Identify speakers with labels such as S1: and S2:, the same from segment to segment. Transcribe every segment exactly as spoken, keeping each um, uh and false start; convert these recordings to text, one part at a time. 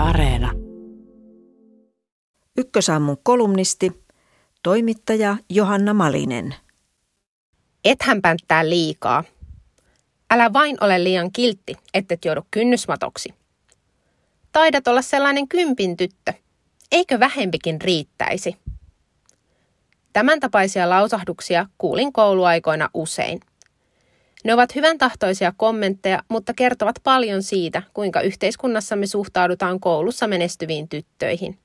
S1: Areena.
S2: Ykkösaamun kolumnisti, toimittaja Johanna Malinen.
S3: Ethän pänttää liikaa. Älä vain ole liian kiltti, ettet joudu kynnysmatoksi. Taidat olla sellainen kympin tyttö. Eikö vähempikin riittäisi? Tämän tapaisia lausahduksia kuulin kouluaikoina usein. Ne ovat hyvän tahtoisia kommentteja, mutta kertovat paljon siitä, kuinka yhteiskunnassamme suhtaudutaan koulussa menestyviin tyttöihin.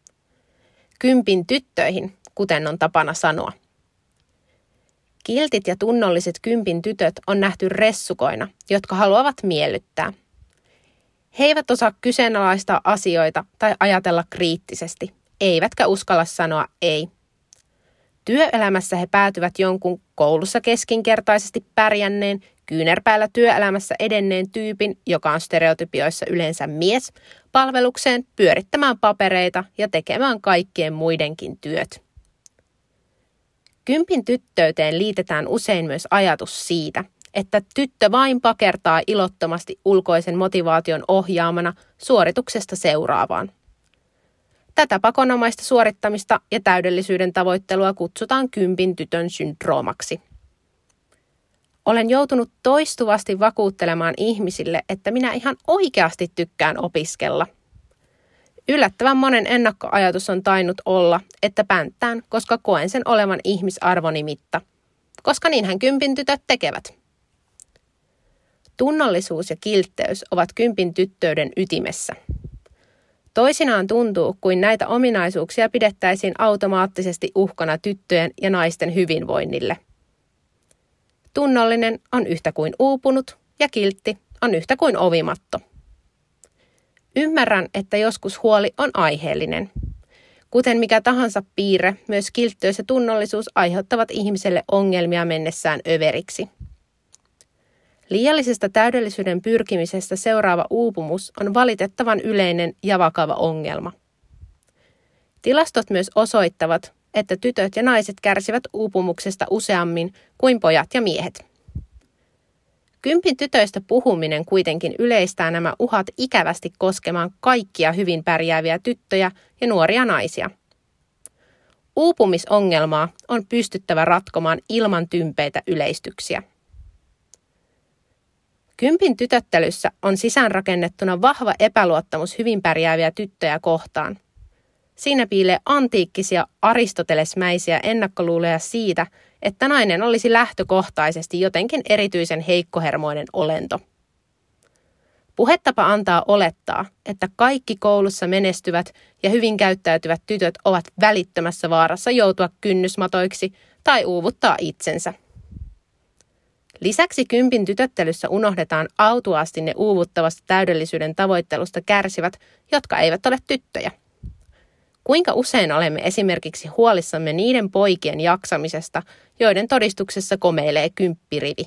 S3: Kympin tyttöihin, kuten on tapana sanoa. Kiltit ja tunnolliset kympin tytöt on nähty ressukoina, jotka haluavat miellyttää. He eivät osaa kyseenalaistaa asioita tai ajatella kriittisesti, eivätkä uskalla sanoa ei. Työelämässä he päätyvät jonkun koulussa keskinkertaisesti pärjänneen, kyynärpäällä työelämässä edenneen tyypin, joka on stereotypioissa yleensä mies, palvelukseen pyörittämään papereita ja tekemään kaikkien muidenkin työt. Kympin tyttöyteen liitetään usein myös ajatus siitä, että tyttö vain pakertaa ilottomasti ulkoisen motivaation ohjaamana suorituksesta seuraavaan. Tätä pakonomaista suorittamista ja täydellisyyden tavoittelua kutsutaan kympin tytön syndroomaksi. Olen joutunut toistuvasti vakuuttelemaan ihmisille, että minä ihan oikeasti tykkään opiskella. Yllättävän monen ennakkoajatus on tainnut olla, että pänttään, koska koen sen olevan ihmisarvoni mitta, koska niinhän kympin tytöt tekevät. Tunnollisuus ja kiltteys ovat kympin tyttöyden ytimessä. Toisinaan tuntuu, kuin näitä ominaisuuksia pidettäisiin automaattisesti uhkana tyttöjen ja naisten hyvinvoinnille. Tunnollinen on yhtä kuin uupunut ja kiltti on yhtä kuin ovimatto. Ymmärrän, että joskus huoli on aiheellinen. Kuten mikä tahansa piirre, myös kiltteys ja tunnollisuus aiheuttavat ihmiselle ongelmia mennessään överiksi. Liiallisesta täydellisyyden pyrkimisestä seuraava uupumus on valitettavan yleinen ja vakava ongelma. Tilastot myös osoittavat, että tytöt ja naiset kärsivät uupumuksesta useammin kuin pojat ja miehet. Kympin tytöistä puhuminen kuitenkin yleistää nämä uhat ikävästi koskemaan kaikkia hyvin pärjääviä tyttöjä ja nuoria naisia. Uupumisongelmaa on pystyttävä ratkomaan ilman tympeitä yleistyksiä. Kympin tytöttelyssä on sisäänrakennettuna vahva epäluottamus hyvin pärjääviä tyttöjä kohtaan. Siinä piilee antiikkisia aristotelesmäisiä ennakkoluuloja siitä, että nainen olisi lähtökohtaisesti jotenkin erityisen heikkohermoinen olento. Puhetapa antaa olettaa, että kaikki koulussa menestyvät ja hyvin käyttäytyvät tytöt ovat välittömässä vaarassa joutua kynnysmatoiksi tai uuvuttaa itsensä. Lisäksi kympin tytöttelyssä unohdetaan autuaasti ne uuvuttavasta täydellisyyden tavoittelusta kärsivät, jotka eivät ole tyttöjä. Kuinka usein olemme esimerkiksi huolissamme niiden poikien jaksamisesta, joiden todistuksessa komeilee kymppirivi?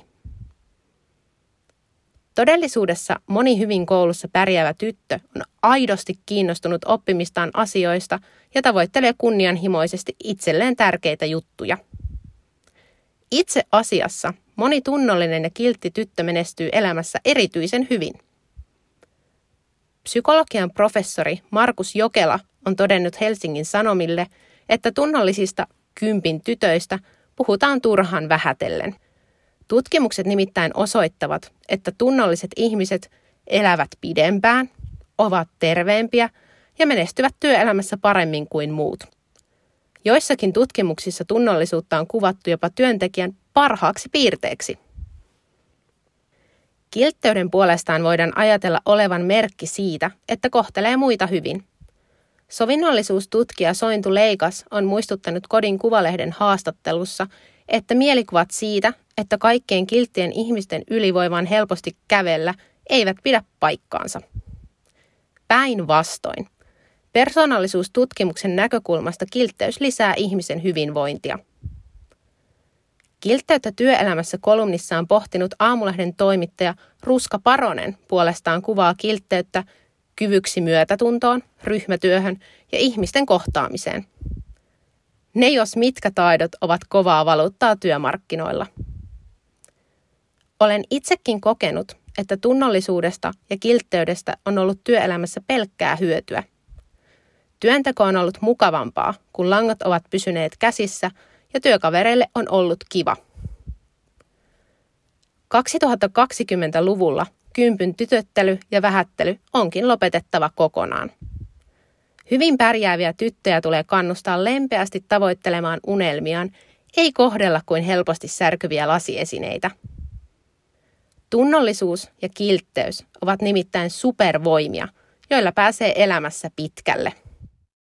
S3: Todellisuudessa moni hyvin koulussa pärjäävä tyttö on aidosti kiinnostunut oppimistaan asioista ja tavoittelee kunnianhimoisesti itselleen tärkeitä juttuja. Itse asiassa moni tunnollinen ja kiltti tyttö menestyy elämässä erityisen hyvin. Psykologian professori Markus Jokela on todennut Helsingin Sanomille, että tunnollisista kympin tytöistä puhutaan turhan vähätellen. Tutkimukset nimittäin osoittavat, että tunnolliset ihmiset elävät pidempään, ovat terveempiä ja menestyvät työelämässä paremmin kuin muut. Joissakin tutkimuksissa tunnollisuutta on kuvattu jopa työntekijän parhaaksi piirteeksi. Kiltteyden puolestaan voidaan ajatella olevan merkki siitä, että kohtelee muita hyvin. Sovinnollisuustutkija Sointu Leikas on muistuttanut Kodin Kuvalehden haastattelussa, että mielikuvat siitä, että kaikkien kilttien ihmisten yli voi vain helposti kävellä, eivät pidä paikkaansa. Päinvastoin. Persoonallisuustutkimuksen näkökulmasta kiltteys lisää ihmisen hyvinvointia. Kiltteyttä työelämässä kolumnissaan pohtinut Aamulehden toimittaja Ruska Paronen puolestaan kuvaa kiltteyttä kyvyksi myötätuntoon, ryhmätyöhön ja ihmisten kohtaamiseen. Ne jos mitkä taidot ovat kovaa valuuttaa työmarkkinoilla. Olen itsekin kokenut, että tunnollisuudesta ja kiltteydestä on ollut työelämässä pelkkää hyötyä. Työnteko on ollut mukavampaa, kun langat ovat pysyneet käsissä ja työkavereille on ollut kiva. kaksituhattakaksikymmentäluvulla kympyn tytöttely ja vähättely onkin lopetettava kokonaan. Hyvin pärjääviä tyttöjä tulee kannustaa lempeästi tavoittelemaan unelmiaan, ei kohdella kuin helposti särkyviä lasiesineitä. Tunnollisuus ja kiltteys ovat nimittäin supervoimia, joilla pääsee elämässä pitkälle.